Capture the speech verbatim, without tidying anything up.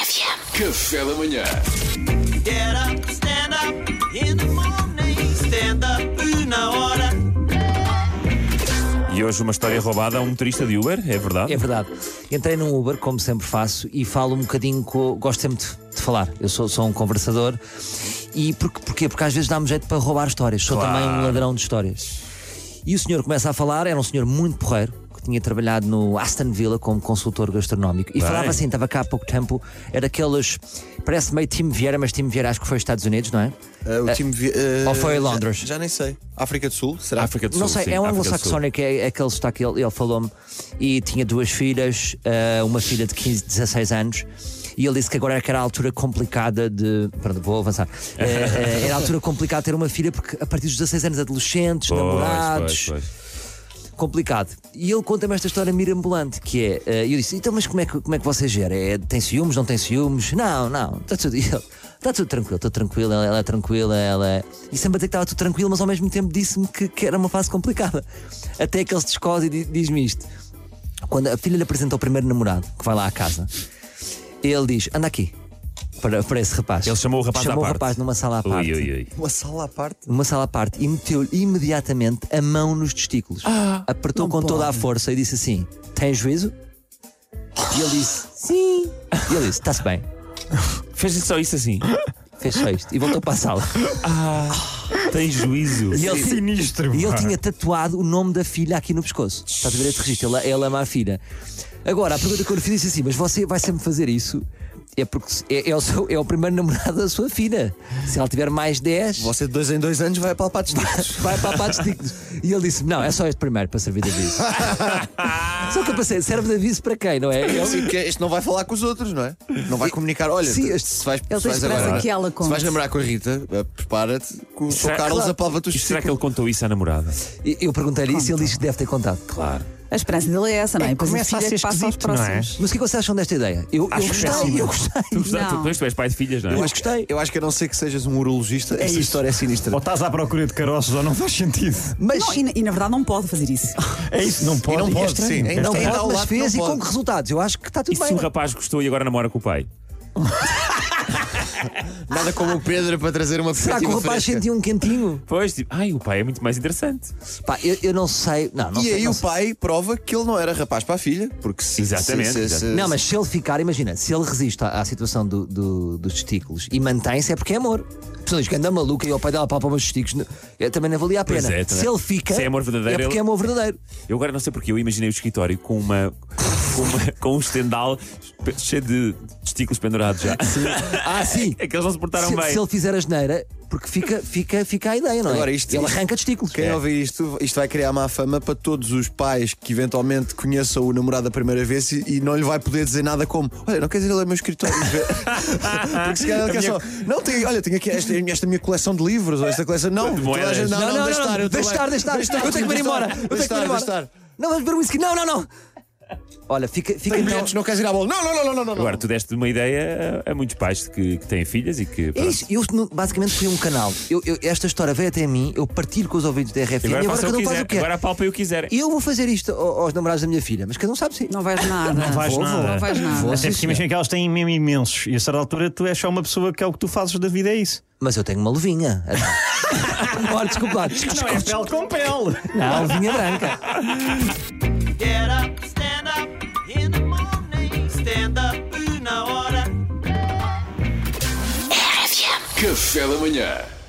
F M. Café da manhã. Get up, stand up in the morning. Stand up na hora. E hoje uma história roubada a um motorista de Uber, é verdade? É verdade. Entrei num Uber, como sempre faço, e falo um bocadinho com. Gosto sempre de, de falar. Eu sou, sou um conversador. E por, porquê? Porque às vezes dá-me jeito para roubar histórias. Sou Claro. também um ladrão de histórias. E o senhor começa a falar, era um senhor muito porreiro, que tinha trabalhado no Aston Villa como consultor gastronómico. E Bem. falava assim, estava cá há pouco tempo, era daqueles. Parece meio Tim Vieira, mas Tim Vieira acho que foi os Estados Unidos, não é? Uh, o time vi- uh, ou foi já- Londres? Já, nem sei. África do Sul? Será? África do Sul. Não sei, sim, é um África do Sul. anglo-saxónico, é aquele sotaque, ele, ele falou-me. E tinha duas filhas, eh, uma filha de quinze, dezasseis anos. E ele disse que agora era a altura complicada de. Pronto, vou avançar. Eh, eh, era a altura complicada de ter uma filha, porque a partir dos dezasseis anos, adolescentes, Pois, namorados. pois, pois. Complicado. E ele conta-me esta história mirabolante, que é, eh, eu disse, então mas como é que, como é que você gera? É, tem ciúmes, não tem ciúmes? Não, não, está tudo, está tudo tranquilo, estou tranquila, ela, ela é tranquila, ela é... E sempre a dizer que estava tudo tranquilo, mas ao mesmo tempo disse-me que, que era uma fase complicada. Até que ele se descosa e di- diz-me isto. Quando a filha lhe apresenta o primeiro namorado, que vai lá à casa, ele diz, anda aqui, para, para esse rapaz. Ele chamou o rapaz chamou à o parte. rapaz numa sala à parte. Ui, ui, ui. Uma sala à parte. Numa sala à parte e meteu-lhe imediatamente a mão nos testículos. Apertou com toda a força e disse assim: tens juízo? E ele disse: sim. E ele disse: está-se bem. Fez-lhe só isso assim. Fez só isto e voltou para a sala. Tem juízo. E ele, Sinistro. e ele tinha tatuado o nome da filha aqui no pescoço. Estás a ver este registro? Ele, ele ama a filha. Agora, a pergunta que eu lhe fiz disse assim: mas você vai sempre fazer isso? É porque é, é, o seu- é o primeiro namorado da sua filha. Se ela tiver mais dez, Você de dois em dois anos vai palpar testículos. vai para a testículos. E ele disse: não, é só este primeiro para servir de aviso. Só que eu pensei: serve de aviso para quem, não é? Ele- Sim, porque este não vai falar com os outros, não é? Não vai comunicar. Olha, Sim, te- este- se vais, ele se tem vais esperança agora, que ela se conte. vais namorar com a Rita, eh, prepara-te com o Será- Carlos claro. a palva-te os E será que ele testículos. contou isso à namorada? E Eu perguntei-lhe isso e ele disse que deve ter contado. Claro. A esperança dele é essa, não é? É, Depois a começa a filha ser que passa aos esquisito, não é? próximos. Mas o que é que vocês acham desta ideia? Eu, eu Acho gostei, péssimo. eu gostei. Tu, gostaste- Não. tu, tu és pai de filhas, não é? Eu acho que gostei. Eu acho que a não ser que sejas um urologista, esta isso. história é sinistra. Ou estás à procura de caroços ou não faz sentido. Mas Não, e, na- e na verdade não pode fazer isso. É isso, não pode. não e é pode, estranho. sim. É Não não tem estranho. ainda ao pode, mas lado, fez e não com pode. que resultados? Eu acho que está tudo E se bem. o rapaz gostou e agora namora com o pai? Nada como o Pedro para trazer uma Será que o perspectiva rapaz fresca. sentiu um quentinho? Pois, tipo, ai, o pai é muito mais interessante. Pá, eu, eu não sei. Não, não E sei, aí não o sei. pai prova que ele não era rapaz para a filha, porque se, Exatamente, se- se- exatamente. Não, mas se ele ficar, imagina, se ele resiste à, à situação do- do- dos testículos e mantém-se, é porque é amor. A pessoa diz que anda maluca e o pai dela palpa os testículos, eu também não valia a Pois pena. é, também. Se ele fica, Se é amor verdadeiro, é porque ele- é amor verdadeiro. Eu agora não sei porque eu imaginei o escritório com uma com, uma, com um estendal cheio de testículos pendurados já. Ah, sim. É que eles não se portaram Se, bem. se ele fizer a geneira, porque fica, fica, fica a ideia, não é? Agora, isto- ele isto- arranca testículos. Quem É. ouvir isto, isto vai criar má fama para todos os pais que eventualmente conheçam o namorado a primeira vez e, e não lhe vai poder dizer nada como: olha, não quer dizer ele é meu escritório. Porque se calhar ele quer só: não, tem, olha, tenho aqui esta, esta minha coleção de livros ou esta coleção. Não, De toda a moedas. gente- Não, não, não, deixa não, estar, eu deixa também. estar, deixa estar. Eu tenho que ir embora. Eu tenho que ir Deixa estar, embora. deixa estar. Não, vamos beber um whisky. Não, não, não. Olha, fica, fica Tem então. bilhetes, não queres ir à bola. Não, não, não, não, não, não. Agora, tu deste uma ideia a, a muitos pais que, que têm filhas e que. É pronto. isso, eu no- basicamente fui um canal. Eu, eu- esta história veio até a mim, eu partilho com os ouvintes da R F M Agora e agora faça o cada que um faz quiser. o que quer. Agora apalpem o que quiserem. Eu vou fazer isto ao- aos namorados da minha filha, mas cada um sabe sim. Não vais nada. Não vais Vou, nada. Não vais nada. Vou. Até Sim, porque imagina senhor. que elas têm mesmo imensos. E a certa altura tu és só uma pessoa que é o que tu fazes da vida, é isso. Mas eu tenho uma luvinha. Olha, desculpa lá. Não é pele com pele. Não, luvinha branca. Get up, stand up in the morning. Stand up na hora. Café da manhã.